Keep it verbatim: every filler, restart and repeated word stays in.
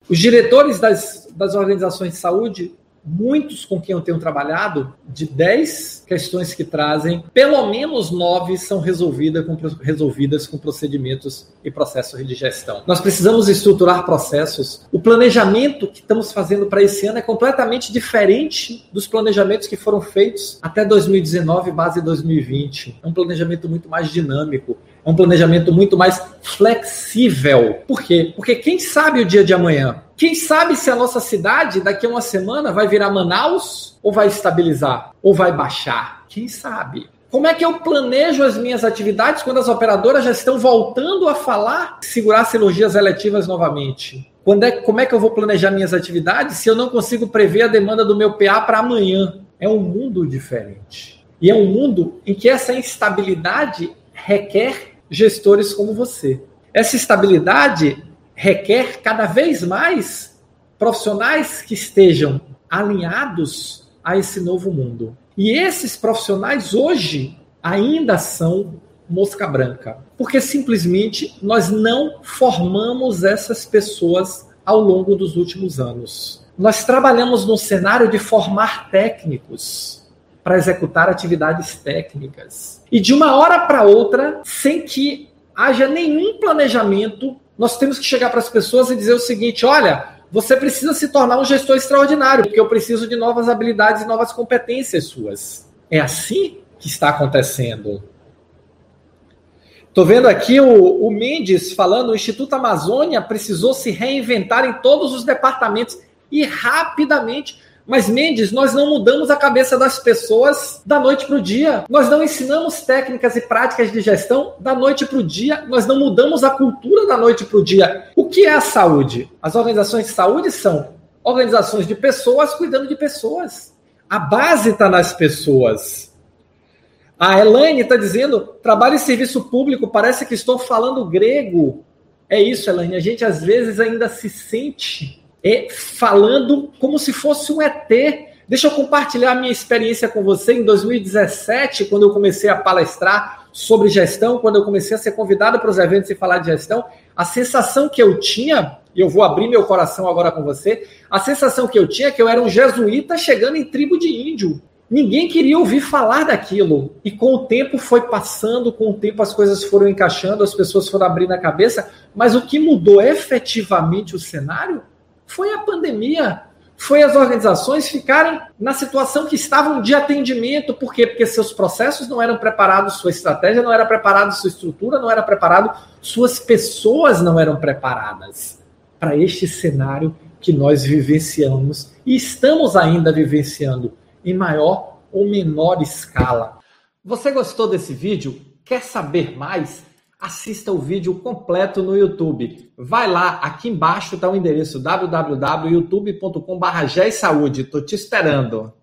Os diretores das, das organizações de saúde, muitos com quem eu tenho trabalhado, de dez questões que trazem, pelo menos nove são resolvidas com, resolvidas com procedimentos e processos de gestão. Nós precisamos estruturar processos. O planejamento que estamos fazendo para esse ano é completamente diferente dos planejamentos que foram feitos até dois mil e dezenove, base dois mil e vinte. É um planejamento muito mais dinâmico. É um planejamento muito mais flexível. Por quê? Porque quem sabe o dia de amanhã? Quem sabe se a nossa cidade, daqui a uma semana, vai virar Manaus ou vai estabilizar? Ou vai baixar? Quem sabe? Como é que eu planejo as minhas atividades quando as operadoras já estão voltando a falar de segurar cirurgias eletivas novamente? Quando é, como é que eu vou planejar minhas atividades se eu não consigo prever a demanda do meu P A para amanhã? É um mundo diferente. E é um mundo em que essa instabilidade requer gestores como você. Essa estabilidade requer cada vez mais profissionais que estejam alinhados a esse novo mundo. E esses profissionais hoje ainda são mosca branca, porque simplesmente nós não formamos essas pessoas ao longo dos últimos anos. Nós trabalhamos num cenário de formar técnicos para executar atividades técnicas. E de uma hora para outra, sem que haja nenhum planejamento, nós temos que chegar para as pessoas e dizer o seguinte: olha, você precisa se tornar um gestor extraordinário, porque eu preciso de novas habilidades e novas competências suas. É assim que está acontecendo. Estou vendo aqui o, o Mendes falando: o Instituto Amazônia precisou se reinventar em todos os departamentos e rapidamente. Mas, Mendes, nós não mudamos a cabeça das pessoas da noite para o dia. Nós não ensinamos técnicas e práticas de gestão da noite para o dia. Nós não mudamos a cultura da noite para o dia. O que é a saúde? As organizações de saúde são organizações de pessoas cuidando de pessoas. A base está nas pessoas. A Elaine está dizendo: trabalho em serviço público, parece que estou falando grego. É isso, Elaine. A gente, às vezes, ainda se sente... É, falando como se fosse um E T. Deixa eu compartilhar a minha experiência com você. Em dois mil e dezessete, quando eu comecei a palestrar sobre gestão, quando eu comecei a ser convidado para os eventos e falar de gestão, a sensação que eu tinha, e eu vou abrir meu coração agora com você, a sensação que eu tinha é que eu era um jesuíta chegando em tribo de índio. Ninguém queria ouvir falar daquilo. E com o tempo foi passando, com o tempo as coisas foram encaixando, as pessoas foram abrindo a cabeça, mas o que mudou efetivamente o cenário foi a pandemia, foi as organizações ficarem na situação que estavam de atendimento. Por quê? Porque seus processos não eram preparados, sua estratégia não era preparada, sua estrutura não era preparada, suas pessoas não eram preparadas para este cenário que nós vivenciamos e estamos ainda vivenciando em maior ou menor escala. Você gostou desse vídeo? Quer saber mais? Assista o vídeo completo no YouTube. Vai lá, aqui embaixo está o endereço w w w ponto youtube ponto com barra G E S Saúde. Estou te esperando.